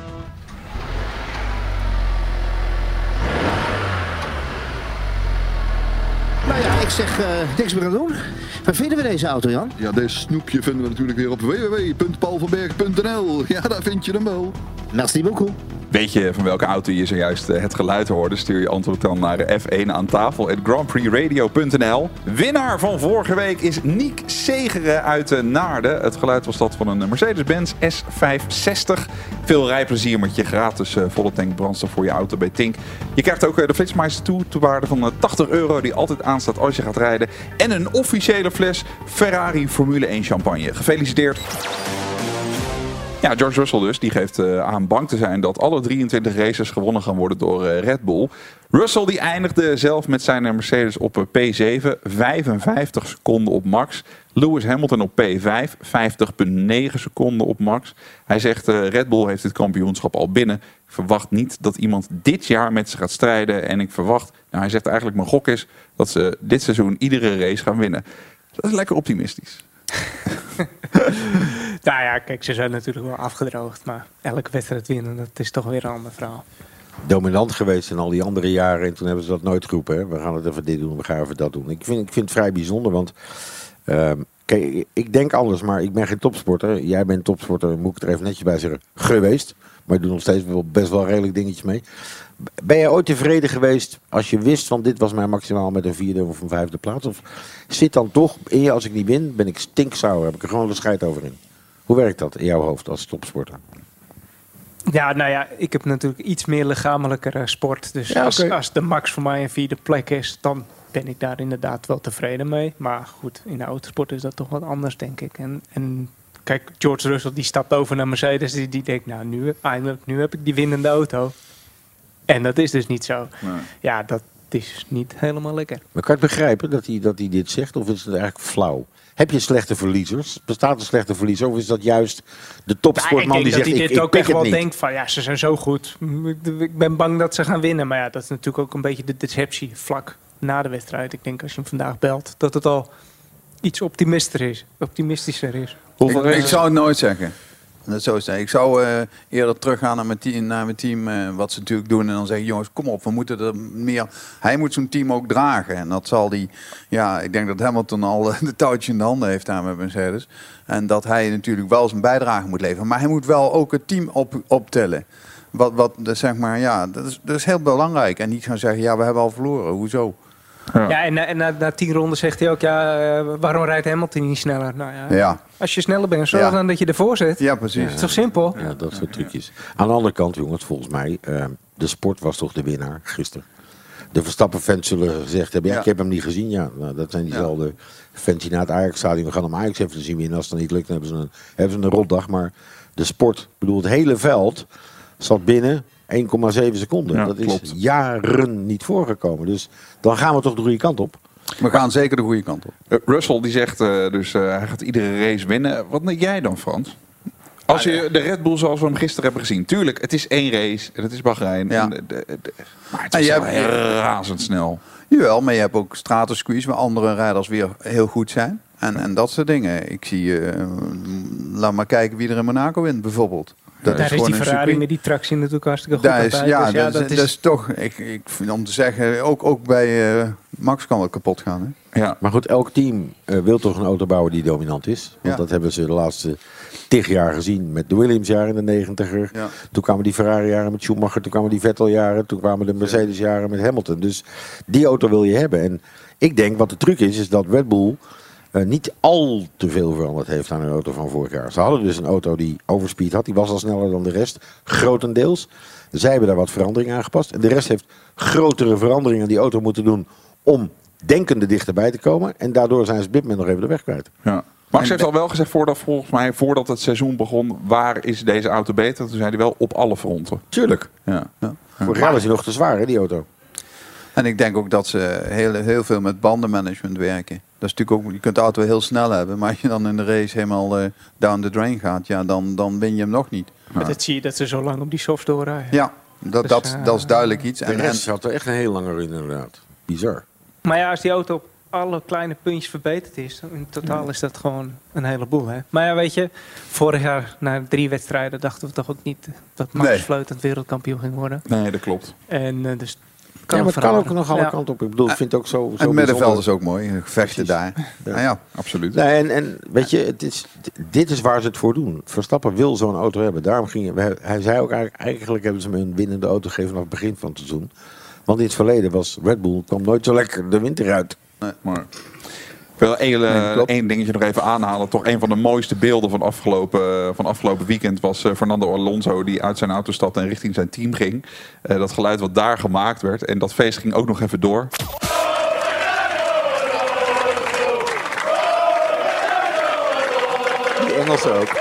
Nou ja, ik zeg uh, niks meer aan doen. Waar vinden we deze auto, Jan? Ja, deze snoepje vinden we natuurlijk weer op w w w punt paul van berg punt n l. Ja, daar vind je hem wel. Merci beaucoup. Weet je van welke auto je zojuist het geluid hoorde? Stuur je antwoord dan naar F één aan tafel at grandprixradio punt n l. Winnaar van vorige week is Niek Segeren uit Naarden. Het geluid was dat van een Mercedes-Benz S vijfhonderdzestig. Veel rijplezier met je gratis uh, volle tank brandstof voor je auto bij Tink. Je krijgt ook uh, de Flitsmeister twee ter waarde van uh, tachtig euro die altijd aanstaat als je gaat rijden. En een officiële fles Ferrari Formule één champagne. Gefeliciteerd! Ja, George Russell dus, die geeft uh, aan bang te zijn dat alle drieëntwintig races gewonnen gaan worden door uh, Red Bull. Russell die eindigde zelf met zijn Mercedes op uh, P zeven, vijfenvijftig seconden op max. Lewis Hamilton op P vijf, vijftig komma negen seconden op max. Hij zegt uh, Red Bull heeft dit kampioenschap al binnen. Ik verwacht niet dat iemand dit jaar met ze gaat strijden. En ik verwacht, nou, hij zegt eigenlijk mijn gok is dat ze dit seizoen iedere race gaan winnen. Dat is lekker optimistisch. Nou ja, kijk, ze zijn natuurlijk wel afgedroogd. Maar elke wedstrijd winnen, dat is toch weer een ander verhaal. Dominant geweest in al die andere jaren. En toen hebben ze dat nooit geroepen. Hè? We gaan het even dit doen, we gaan even dat doen. Ik vind, ik vind het vrij bijzonder, want... Uh, kijk, ik denk anders, maar ik ben geen topsporter. Jij bent topsporter, moet ik er even netjes bij zeggen, geweest. Maar je doet nog steeds wel best wel redelijk dingetjes mee. Ben jij ooit tevreden geweest als je wist van dit was mij maximaal met een vierde of een vijfde plaats? Of zit dan toch in je, als ik niet win, ben ik stinksauer, heb ik er gewoon de scheid over in? Hoe werkt dat in jouw hoofd als topsporter? Ja, nou ja, ik heb natuurlijk iets meer lichamelijkere sport. Dus ja, als, okay. als de max voor mij een vierde plek is, dan ben ik daar inderdaad wel tevreden mee. Maar goed, in de autosport is dat toch wat anders, denk ik. En, en kijk, George Russell die stapt over naar Mercedes. Die, die denkt, nou, nu, eindelijk, nu heb ik die winnende auto. En dat is dus niet zo. Nee. Ja, dat is niet helemaal lekker. Maar kan je het begrijpen dat hij, dat hij dit zegt? Of is het eigenlijk flauw? Heb je slechte verliezers? Bestaat een slechte verliezer? Of is dat juist de topsportman ja, die zegt, ik denk dat hij dit ik, ook ik echt wel niet. denkt van, ja, ze zijn zo goed. Ik ben bang dat ze gaan winnen. Maar ja, dat is natuurlijk ook een beetje de deceptie vlak na de wedstrijd. Ik denk als je hem vandaag belt, dat het al iets optimistischer is. Optimistischer is. Ik, ik zou het nooit zeggen. Dat zo zijn. Ik zou uh, eerder teruggaan naar mijn team, naar mijn team uh, wat ze natuurlijk doen. En dan zeggen, jongens, kom op, we moeten er meer... Hij moet zo'n team ook dragen. En dat zal die... Ja, ik denk dat Hamilton al de touwtje in de handen heeft daar met Mercedes. En dat hij natuurlijk wel zijn bijdrage moet leveren. Maar hij moet wel ook het team op, optellen. Wat, wat zeg maar, ja, dat is, dat is heel belangrijk. En niet gaan zeggen, ja, we hebben al verloren. Hoezo? Ja, ja en, en na, na tien ronden zegt hij ook, ja, uh, waarom rijdt Hamilton niet sneller? Nou ja, ja. Als je sneller bent, zorg ja. dan dat je ervoor zit. Ja, precies. Het is toch simpel? Ja, dat soort trucjes. Aan de andere kant, jongens, volgens mij, uh, de sport was toch de winnaar gisteren. De Verstappen-fans zullen gezegd hebben, ja, ja. ik heb hem niet gezien. Ja, nou, dat zijn diezelfde ja. fans die naar het Ajax-stadion, we gaan hem Ajax even zien winnen. Als het dan niet lukt, dan hebben ze een, hebben ze een rotdag. Maar de sport, ik bedoel, het hele veld zat binnen. één komma zeven seconden. Ja, dat is klopt. jaren niet voorgekomen. Dus dan gaan we toch de goede kant op. We gaan zeker de goede kant op. Uh, Russell die zegt uh, dus uh, hij gaat iedere race winnen. Wat denk jij dan, Frans? Als je de Red Bull zoals we hem gisteren hebben gezien. Tuurlijk, het is één race en het is Bahrein. Ja. En de, de, de, maar het is wel hebt, razendsnel. Jawel, maar je hebt ook stratencircuits waar andere rijders weer heel goed zijn. En, en dat soort dingen. Ik zie, uh, laat maar kijken wie er in Monaco wint bijvoorbeeld. Dat Daar is, is die Ferrari circuit. Met die tractie natuurlijk hartstikke goed Daar is, bij. ja, dus ja, dat, dat is, is... dat is toch, ik, ik vind om te zeggen, ook, ook bij uh, Max kan het kapot gaan. Hè? Ja. Maar goed, elk team uh, wil toch een auto bouwen die dominant is. Want Ja. dat hebben ze de laatste tig jaar gezien met de Williams-jaren in de negentiger. Ja. Toen kwamen die Ferrari-jaren met Schumacher, toen kwamen die Vettel-jaren, toen kwamen de Mercedes-jaren met Hamilton. Dus die auto wil je hebben. En ik denk wat de truc is, is dat Red Bull uh, niet al te veel veranderd heeft aan hun auto van vorig jaar. Ze hadden dus een auto die overspeed had, die was al sneller dan de rest, grotendeels. Zij hebben daar wat veranderingen aangepast. En de rest heeft grotere veranderingen aan die auto moeten doen om denkende dichterbij te komen. En daardoor zijn ze op dit moment nog even de weg kwijt. Ja. Max heeft al wel gezegd, voordat, volgens mij, voordat het seizoen begon, waar is deze auto beter? Toen zei hij wel op alle fronten. Tuurlijk. Ja. Ja. Vorig jaar was hij nog te zwaar, hè, die auto. En ik denk ook dat ze heel, heel veel met bandenmanagement werken. Dat is natuurlijk ook, je kunt de auto heel snel hebben, maar als je dan in de race helemaal uh, down the drain gaat, ja, dan, dan win je hem nog niet. Maar dat zie je dat ze zo lang op die soft doorrijden. Ja, dat, dus, dat, uh, dat is duidelijk iets. De En, rest had er echt een heel lange run inderdaad. Bizar. Maar ja, als die auto op alle kleine puntjes verbeterd is, in totaal is dat gewoon een heleboel. Hè? Maar ja, weet je, vorig jaar na drie wedstrijden dachten we toch ook niet dat Max Nee. fluitend wereldkampioen ging worden. Nee, dat klopt. En uh, dus kan Ja, maar het kan ook nog alle ja. kanten op. Ik bedoel, ik vind het ook zo. en zo het middenveld bijzonder. is ook mooi, gevechten daar. Ja. Ja. Ja. Absoluut. Nee, en, en weet je, het is, dit is waar ze het voor doen. Verstappen wil zo'n auto hebben. Daarom ging hij, hij zei ook eigenlijk, eigenlijk hebben ze hem een winnende auto gegeven vanaf het begin van het seizoen. Want in het verleden was Red Bull kwam nooit zo lekker de winter uit. Nee. Maar ik wil één, Nee, klopt. één dingetje nog even aanhalen. Toch een van de mooiste beelden van afgelopen, van afgelopen weekend was uh, Fernando Alonso die uit zijn auto stapte en richting zijn team ging. Uh, dat geluid wat daar gemaakt werd. En dat feest ging ook nog even door. Die Engelsen ook.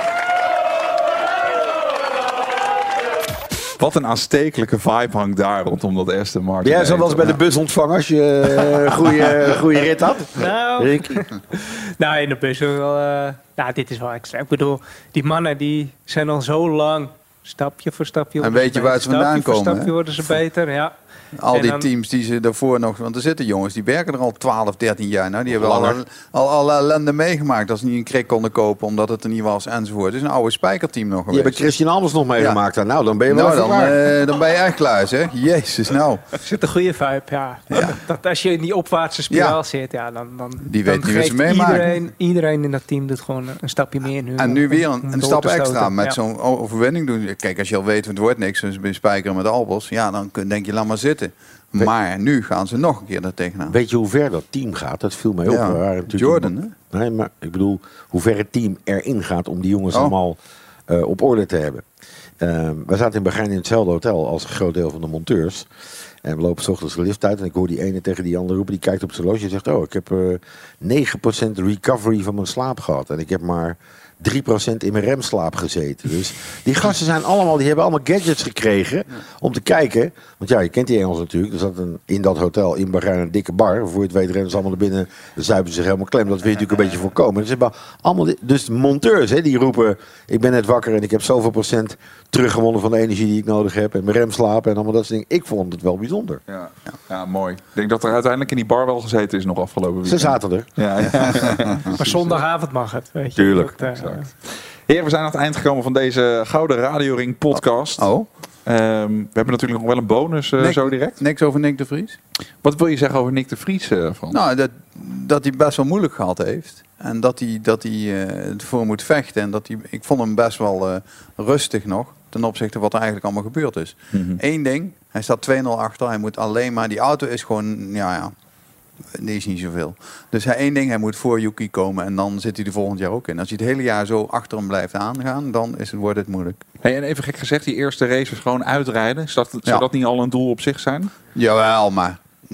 Wat een aanstekelijke vibe hangt daar rondom dat Aston Martin. Ja, zoals bij de bus ontvangen als je een goede, goede rit had. Nou, Ricky. nou, in de bus wel. Uh, nou, dit is wel extra. Ik bedoel, die mannen die zijn al zo lang stapje voor stapje. En worden weet ze je waar beter. ze vandaan stapje voor komen, Stapje hè? worden ze beter, ja. Al En die dan- teams die ze daarvoor nog... Want er zitten jongens die werken er al twaalf, dertien jaar. Nou, die hebben al, Langer. al, al ellende meegemaakt. Dat ze niet een krik konden kopen omdat het er niet was enzovoort. Het is een oude spijkerteam nog Je geweest. hebt Christian Albers nog meegemaakt. Ja. Nou, dan ben je wel Nou, even dan, klaar. eh, dan ben je echt klaar, zeg. Jezus, nou. Er zit een goede vibe, ja. Dat, dat als je in die opwaartse spiraal Ja. zit, ja, dan, dan, Die dan weet niet wat ze geeft meemaken. iedereen, iedereen in dat team doet gewoon een stapje meer nu. En nu weer een, om een door stap te stoten. extra met Ja. zo'n overwinning doen. Kijk, als je al weet, het wordt niks. Dus bij Spijker met Albers. Ja, dan kun- denk je, laat maar zitten. Maar nu gaan ze nog een keer daar tegenaan. Weet je hoe ver dat team gaat? Dat viel mij op. Ja, We waren natuurlijk Jordan, hè? Nee, maar ik bedoel, hoe ver het team erin gaat om die jongens Oh. allemaal uh, op orde te hebben. Uh, we zaten in Bahrein in hetzelfde hotel als een groot deel van de monteurs. En we lopen 's ochtends de lift uit en ik hoor die ene tegen die andere roepen. Die kijkt op zijn horloge en zegt, oh, ik heb uh, negen procent recovery van mijn slaap gehad. En ik heb maar drie procent in mijn remslaap gezeten. Dus die gasten zijn allemaal, die hebben allemaal gadgets gekregen om te kijken. Want ja, je kent die Engels natuurlijk. Er zat een, in dat hotel in Bahrein een dikke bar. Voor je het weet rennen ze allemaal naar binnen. Dan zuipen ze zich helemaal klem. Dat wil je natuurlijk een beetje voorkomen. Dus, ze hebben allemaal die, dus de monteurs, hè, die roepen, ik ben net wakker en ik heb zoveel procent teruggewonnen van de energie die ik nodig heb. En mijn remslaap en allemaal dat soort dingen. Ik vond het wel bijzonder. Ja, ja. ja, mooi. Ik denk dat er uiteindelijk in die bar wel gezeten is nog afgelopen Ze weekend. zaten er. Ja, ja. Maar zondagavond mag het, weet je. Tuurlijk. Dat, uh, Heren, we zijn aan het eind gekomen van deze Gouden Radioring podcast. Oh. Um, we hebben natuurlijk nog wel een bonus uh, Nick, zo direct. Niks over Nick de Vries? Wat wil je zeggen over Nick de Vries, uh, Frans? Nou, dat, dat hij best wel moeilijk gehad heeft. En dat hij, dat hij uh, ervoor moet vechten. En dat hij, ik vond hem best wel uh, rustig nog. Ten opzichte van wat er eigenlijk allemaal gebeurd is. Mm-hmm. Eén ding, hij staat twee nul achter. Hij moet alleen maar, die auto is gewoon, ja ja, die is niet zoveel. Dus hij, één ding, hij moet voor Yuki komen. En dan zit hij er volgend jaar ook in. Als hij het hele jaar zo achter hem blijft aangaan, dan is het, wordt het moeilijk. Hey, en even gek gezegd, die eerste race is gewoon uitrijden. Zou dat, zou Ja. dat niet al een doel op zich zijn? Jawel, maar dat,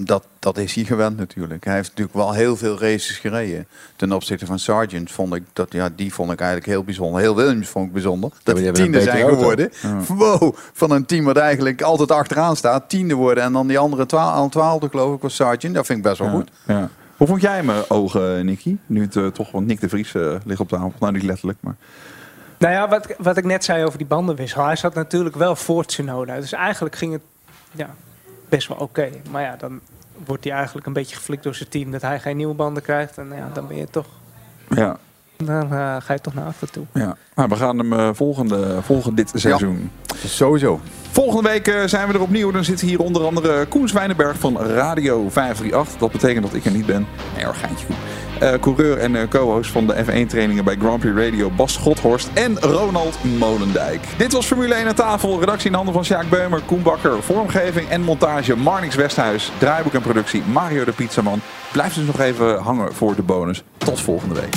dat is hij gewend natuurlijk. Hij heeft natuurlijk wel heel veel races gereden. Ten opzichte van Sargent vond ik dat, ja, die vond ik eigenlijk heel bijzonder. Heel Williams vond ik bijzonder. Dat die tiende zijn auto. geworden. Ja. Wow, van een team wat eigenlijk altijd achteraan staat, tiende worden en dan die andere twa- twaalfde geloof ik was Sargent. Dat vind ik best wel ja. goed. Ja. Hoe vond jij mijn ogen, Nicky? Nu het uh, toch, want Nick de Vries uh, ligt op tafel. Nou, niet letterlijk, maar... Nou ja, wat, wat ik net zei over die bandenwissel. Hij zat natuurlijk wel voor Tsunoda. Dus eigenlijk ging het ja, best wel oké. Okay. Maar ja, dan wordt hij eigenlijk een beetje geflikt door zijn team. Dat hij geen nieuwe banden krijgt. En ja, dan ben je toch... Ja. Dan uh, ga je toch naar achter toe. Ja. Nou, we gaan hem uh, volgende, volgen dit seizoen. Ja, sowieso. Volgende week uh, zijn we er opnieuw. Dan zit hier onder andere Koen Zwijnenberg van Radio vijf drie acht. Dat betekent dat ik er niet ben. Nee, hoor, geintje goed. Uh, coureur en uh, co-host van de F één trainingen bij Grand Prix Radio Bas Godhorst en Ronald Molendijk. Dit was Formule één aan tafel. Redactie in handen van Sjaak Beumer, Koen Bakker. Vormgeving en montage Marnix Westhuis. Draaiboek en productie Mario de Pizzaman. Blijf dus nog even hangen voor de bonus. Tot volgende week.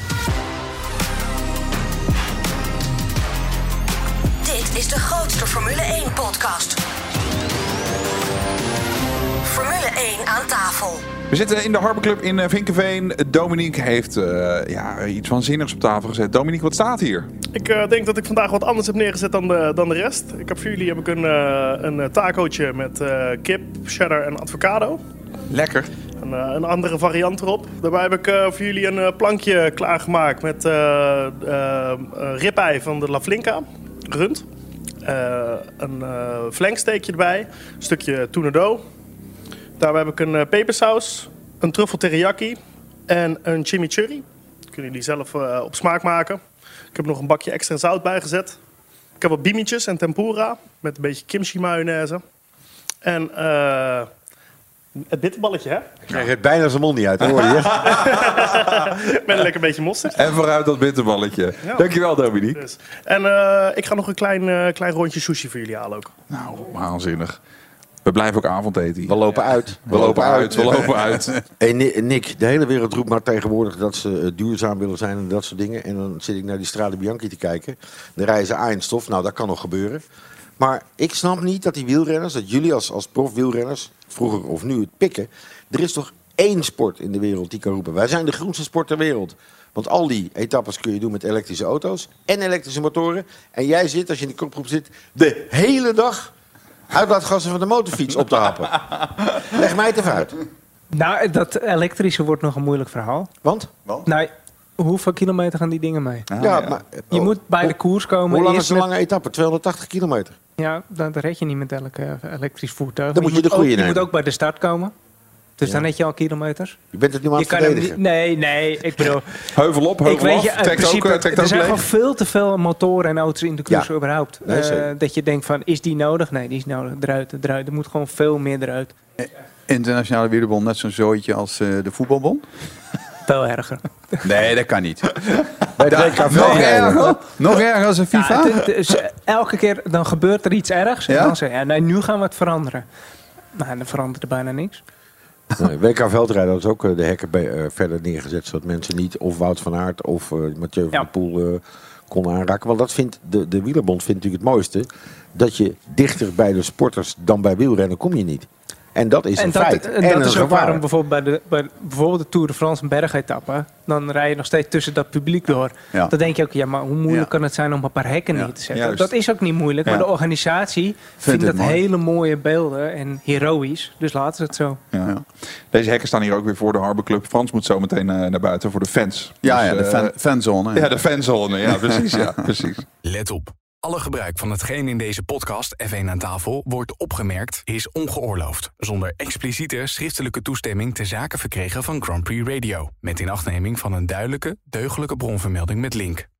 Dit is de grootste Formule één podcast. Formule één aan tafel. We zitten in de Harbor Club in Vinkeveen. Dominique heeft uh, ja, iets waanzinnigs op tafel gezet. Dominique, wat staat hier? Ik uh, denk dat ik vandaag wat anders heb neergezet dan de, dan de rest. Ik heb voor jullie heb ik een, uh, een tacootje met uh, kip, cheddar en avocado. Lekker. Een, uh, een andere variant erop. Daarbij heb ik uh, voor jullie een uh, plankje klaargemaakt met uh, uh, ribeye van de La Flinca, rund. Uh, een uh, flanksteekje erbij, een stukje tournedo. Daarbij heb ik een uh, pepersaus, een truffel teriyaki en een chimichurri. Dat kunnen jullie zelf uh, op smaak maken. Ik heb nog een bakje extra zout bijgezet. Ik heb wat bimietjes en tempura met een beetje kimchi mayonaise. En uh, het bitterballetje, hè? Ik krijg het bijna zijn mond niet uit, hoor je. Met een lekker beetje mosterd. En vooruit dat bitterballetje. Ja. Dankjewel, Dominique. Dus. En uh, ik ga nog een klein, uh, klein rondje sushi voor jullie halen ook. Nou, waanzinnig. We blijven ook avondeten. We lopen uit. We, we lopen uit. We lopen uit. Hey Nick, de hele wereld roept maar tegenwoordig dat ze duurzaam willen zijn en dat soort dingen. En dan zit ik naar die Strade Bianchi te kijken. De reizen aanstof. Nou, dat kan nog gebeuren. Maar ik snap niet dat die wielrenners, dat jullie als, als profwielrenners, vroeger of nu het pikken. Er is toch één sport in de wereld die kan roepen. Wij zijn de groenste sport ter wereld. Want al die etappes kun je doen met elektrische auto's en elektrische motoren. En jij zit, als je in de kopgroep zit, de hele dag uitlaatgassen van de motorfiets op te happen. Leg mij het even uit. Nou, dat elektrische wordt nog een moeilijk verhaal. Want? Want? Nou, hoeveel kilometer gaan die dingen mee? Ah, ja, ja. Maar, je oh, moet bij de koers komen. Hoe lang is een lange met... etappe? tweehonderdtachtig kilometer. Ja, dat red je niet met elk uh, elektrisch voertuig. Dan moet je, je de goede nemen. Je moet ook bij de start komen. Dus ja. Dan red je al kilometers. Je bent het nu aan het verdedigen. Niet, nee, nee, ik bedoel... Heuvel op, heuvel ik af. Weet je, trekt principe, ook, uh, trekt er ook zijn leeg. gewoon veel te veel motoren en auto's in de koers ja. überhaupt. Nee, uh, dat je denkt van, is die nodig? Nee, die is nodig. Eruit, eruit. Er moet gewoon veel meer eruit. Internationale wielerbond net zo'n zooitje als uh, de voetbalbond? Veel erger. Nee, dat kan niet. Bij de W K nog erger? Nog erger als een FIFA? Ja, het, het is, elke keer dan gebeurt er iets ergs. En ja? dan zeg je, ja, nee, nu gaan we het veranderen. Nou, dan verandert er bijna niks. Nee, W K veldrijden had ook de hekken bij, uh, verder neergezet, zodat mensen niet of Wout van Aert of uh, Mathieu van ja. der Poel uh, konden aanraken. Want dat vindt de, de wielerbond vindt natuurlijk het mooiste, dat je dichter bij de sporters dan bij wielrennen kom je niet. En dat is en een dat, feit. En, en dat een is ook gevaar. waarom bijvoorbeeld bij de, bij bijvoorbeeld de Tour de France een bergetappe, dan rij je nog steeds tussen dat publiek door. Ja. Dan denk je ook, ja, maar hoe moeilijk ja. kan het zijn om een paar hekken ja. neer te zetten? Juist. Dat is ook niet moeilijk, ja. maar de organisatie vindt dat mooi. Hele mooie beelden en heroïs. Dus laten ze het zo. Ja. Ja. Deze hekken staan hier ook weer voor de Harbor Club. Frans moet zo meteen uh, naar buiten voor de fans. Ja, dus, ja de fan, uh, fanzone. Ja. ja, de fanzone. Ja, precies. Ja, precies. Let op. Alle gebruik van hetgeen in deze podcast F één aan tafel wordt opgemerkt is ongeoorloofd. Zonder expliciete schriftelijke toestemming ter zake verkregen van Grand Prix Radio. Met inachtneming van een duidelijke, deugdelijke bronvermelding met link.